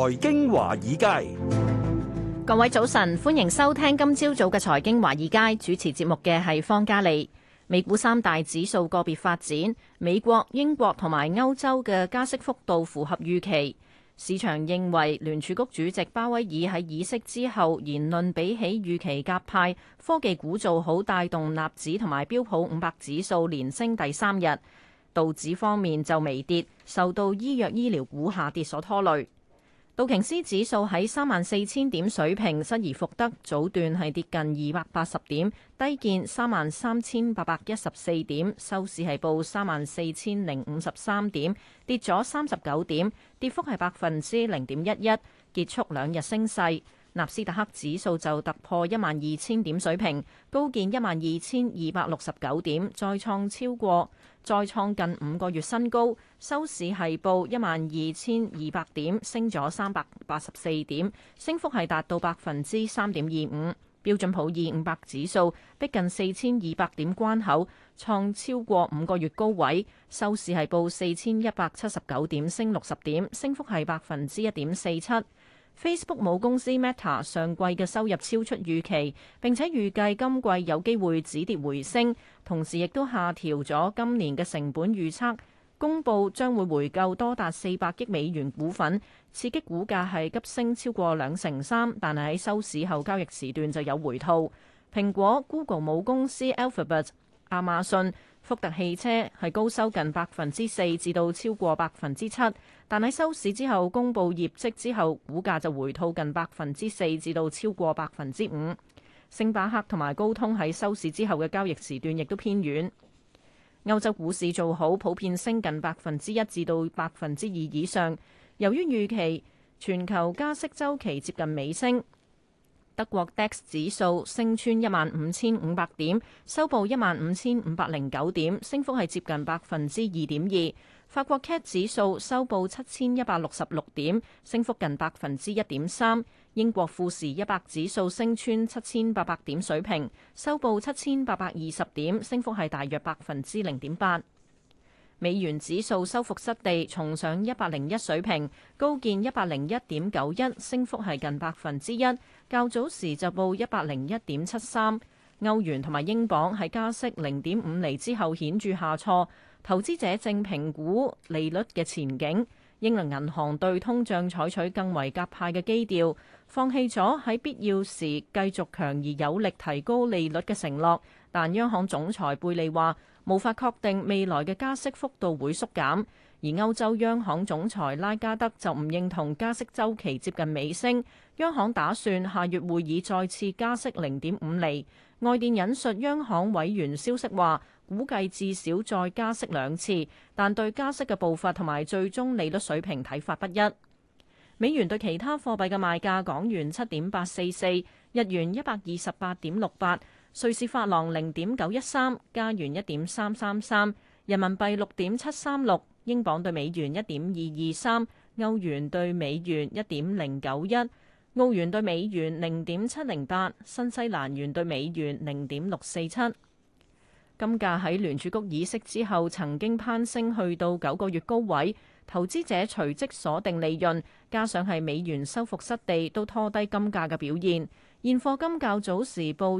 財經華爾街， 各位早晨，歡迎收聽今朝早嘅財經華爾街，主持節目嘅係方嘉利。美股三大指數個別發展，美國、英國同埋歐洲嘅加息幅度符合預期。市場認為聯儲局主席鮑威爾喺議息之後言論比起預期鴿派，科技股做好帶動納指同埋標普500指數連升第三日。道指方面就微跌，受到醫藥醫療股下跌所拖累。道瓊斯指數喺34,000點水平失而復得，早段係跌近280點，低見33,814點，收市係報34,053點，跌咗39點，跌幅係0.11%，結束兩日升勢。納斯達克指數就突破12,000點水平，高見12,269點，再創近5個月新高，收市係報12,200點，升咗384點，升幅係達到3.25%。標準普爾500指數逼近4,200點關口，創超過5個月高位，收市係報4,179點，升60點，升幅係1.47%。Facebook 母公司 Meta 上季嘅收入超出預期，並且預計今季有機會止跌回升，同時亦都下調咗今年嘅成本預測，公佈將會回購多達400億美元股份，刺激股價係急升超過2成3，但係喺收市後交易時段就有回吐。蘋果、Google 母公司 Alphabet、亞馬遜、福特汽車係高收近4%至到超過7%，但喺收市之後公佈業績之後，股價就回吐近4%至到超過5%。星巴克同埋高通喺收市之後嘅交易時段亦都偏軟。歐洲股市做好，普遍升近1%至到2%以上。由於預期全球加息週期接近尾聲，德國 DAX 指數升穿15,500點，收報15,509點，升幅係接近2.2%。法國 CAC 指數收報7,166點，升幅近1.3%。英國富時100指數升穿7,800點水平，收報7,820點，升幅係大約0.8%。美元指數收復失地，重上101水平，高見101.91，升幅係近1%。較早時就報101.73。歐元同埋英鎊喺加息0.5厘之後顯著下挫，投資者正評估利率嘅前景。英倫銀行對通脹採取更為鴿派嘅基調，放棄咗喺必要時繼續強而有力提高利率嘅承諾。但央行總裁貝利話無法確定未來嘅加息幅度會縮減，而歐洲央行總裁拉加德就唔認同加息週期接近尾聲，央行打算下月會議再次加息0.5厘。外電引述央行委員消息話，估計至少再加息2次，但對加息嘅步伐同埋最終利率水平睇法不一。美元對其他貨幣嘅賣價：港元7.844，日元128.68，瑞士法郎0.913，加元1.333，人民幣6.736，英鎊對美元1.223，歐元對美元1.091，澳元對美元0.708，新西蘭元對美元0.647。金價喺聯儲局議息之後曾經攀升去到9個月高位，投資者隨即鎖定利潤，加上係美元收復失地，都拖低金價嘅表現。現貨金較早時報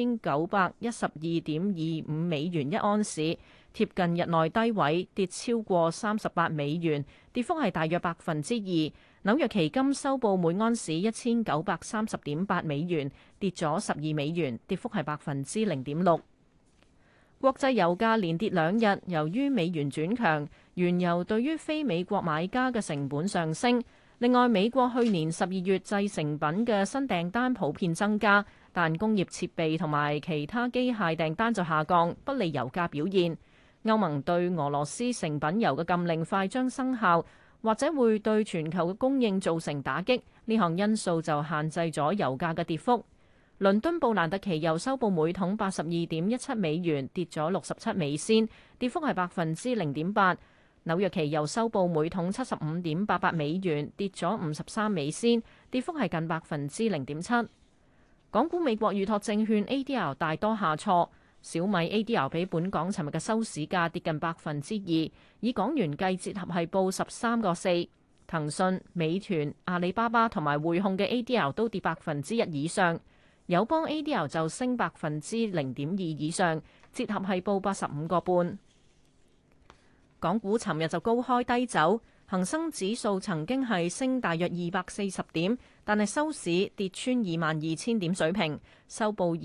1912.25美元一盎司，貼近日內低位，跌超過38美元，跌幅係大約2%。紐約期金收報每盎司1930.8美元，跌咗12美元，跌幅係0.6%。國際油價連跌2日，由於美元轉強，原油對於非美國買家嘅成本上升。另外，美國去年12月製成品嘅新訂單普遍增加，但工業設備同埋其他機械訂單就下降，不利油價表現。歐盟對俄羅斯成品油嘅禁令快將生效，或者會對全球嘅供應造成打擊，呢項因素就限制咗油價嘅跌幅。倫敦布蘭特期油收報每桶82.17美元，跌咗67美仙，跌幅係0.8%。紐約期油收報每桶75.88美元，跌咗53美仙，跌幅係近0.7%。港股美國預託證券 ADR 大多下挫，小米 ADR 比本港尋日嘅收市價跌近2%，以港元計折合係報13個4。 騰訊、美團、阿里巴巴同埋匯控嘅 ADR 都跌1%以上，友邦 ADR 就升0.2%以上，折合係報85個半。港股尋日就高開低走，恒生指數曾經係升大約240點，但係收市跌穿22,000點水平，收報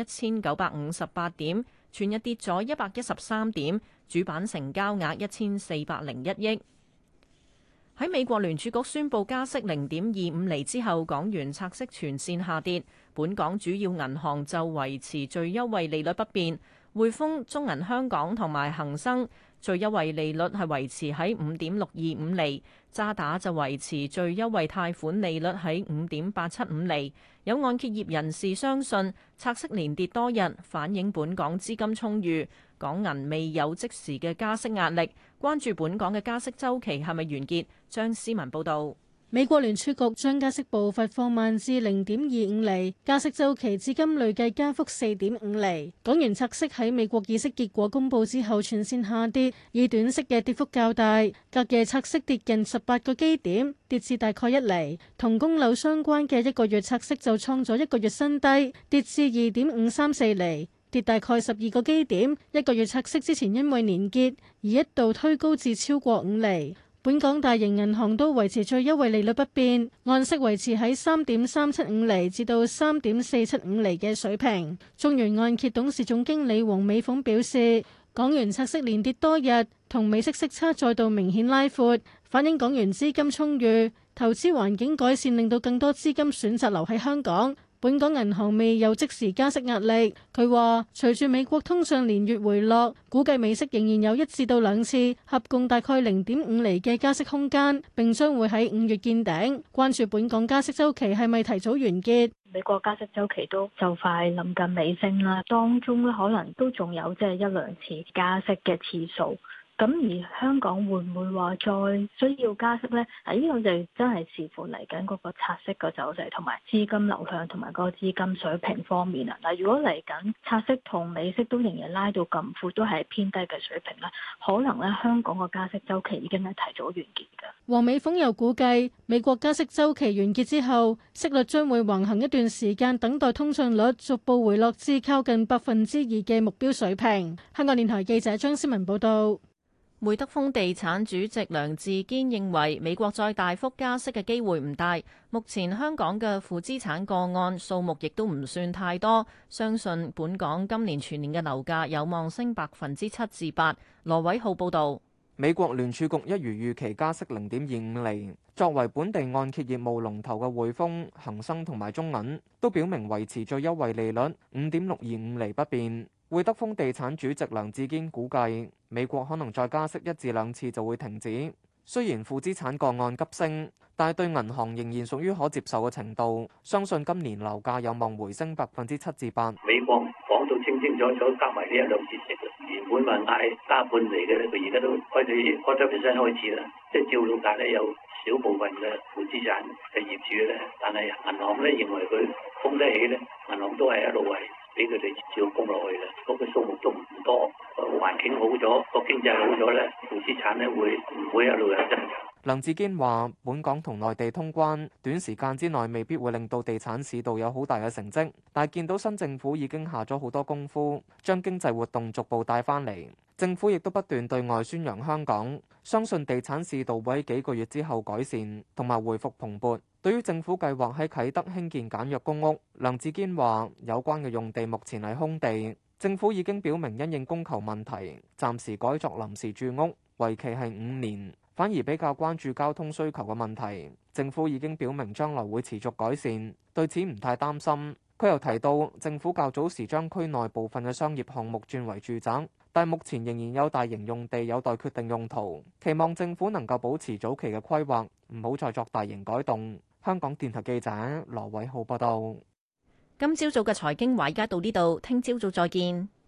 21,958點，全日跌咗113點，主板成交額1401億。喺美國聯儲局宣布加息0.25厘之後，港元拆息全線下跌，本港主要銀行就維持最優惠利率不變，匯豐、中銀香港同埋恒生最優惠利率係維持喺5.625厘，渣打就維持最優惠貸款利率喺5.875厘。有按揭業人士相信拆息連跌多日，反映本港資金充裕，港銀未有即時嘅加息壓力，關注本港嘅加息週期係咪完結？張思文報導。 美國聯儲局將加息步伐放慢至0.25厘，加息週期至今累計加幅4.5厘。港元拆息喺美國議息結果公佈之後全線下跌，以短息嘅跌幅較大，隔夜拆息跌近18個基點，跌至大概1厘。同供樓相關嘅一個月拆息就創咗一個月新低，跌至2.534厘，跌大概12個基點。一個月拆息之前因為年結而一度推高至超過5厘。本港大型銀行都維持最優惠利率不變，按息維持喺3.375厘至到3.475厘嘅水平。中原按揭董事總經理黃美鳳表示，港元拆息連跌多日，同美息息差再度明顯拉闊，反映港元資金充裕，投資環境改善，令到更多資金選擇留喺香港。本港銀行未有即時加息壓力。佢話隨住美國通脹連月回落，估計美息仍然有1至2次，合共大概0.5厘嘅加息空間，並將會喺5月見頂。關注本港加息週期係咪提早完結？ 美國加息週期都就快臨近尾聲啦，當中咧可能都仲有1、2次加息嘅次數。咁而香港會唔會話再需要加息呢？呢個就真係視乎嚟緊嗰個拆息個走勢同埋資金流向同埋嗰個資金水平方面啦。嗱，如果嚟緊拆息同美息都仍然拉到咁闊，都係偏低嘅水平咧，可能咧香港個加息週期已經係提早完結㗎。 黃美鳳又估計美國加息週期完結之後，息率將會橫行一段時間，等待通脹率逐步回落至靠近2%嘅目標水平。香港電台記者張思文報道。 會德豐地產主席梁志堅認為，美國再大幅加息嘅機會唔大。目前香港嘅負資產個案數目亦都唔算太多，相信本港今年全年嘅樓價有望升7%至8%。羅偉浩報導。 美國聯儲局一如預期加息0.25厘，作為本地按揭業務龍頭嘅匯豐、恒生同埋中銀都表明維持最優惠利率5.625厘不變。會德豐地產主席梁志堅估計，美國可能再加息1至2次就會停止。雖然負資產個案急升，但係對銀行仍然屬於可接受嘅程度。相信今年樓價有望回升7%至8%。 美國講到清清楚楚，加埋呢1、2次息，原本話嗌加半厘嘅咧，佢而家都開始10%開始啦。即係照老價咧，有少部分嘅負資產嘅業主咧，但係銀行咧認為佢供得起咧，銀行都係一路係俾佢哋照供落去嘅，嗰個數目都唔多。環境好咗，個經濟好咗咧，負資產咧唔會一路有增長。 梁志堅話：本港同內地通關，短時間之內未必會令到地產市道有好大嘅成績，但係見到新政府已經下咗好多功夫，將經濟活動逐步帶翻嚟。政府亦都不斷對外宣揚香港，相信地產市道會喺幾個月之後改善，同埋回復蓬勃。對於政府計劃喺啟德興建簡約公屋，梁志堅話：有關嘅用地目前係空地，政府已經表明因應供求問題，暫時改作臨時住屋，為期係5年。反而比較關注交通需求嘅問題，政府已經表明將來會持續改善，對此唔太擔心。佢又提到，政府較早時將區內部分嘅商業項目轉為住宅，但目前仍然有大型用地有待決定用途，期望政府能夠保持早期嘅規劃，唔好再作大型改動。香港電台記者羅偉浩報道。 今朝早嘅財經華爾街到呢度，聽朝早再見。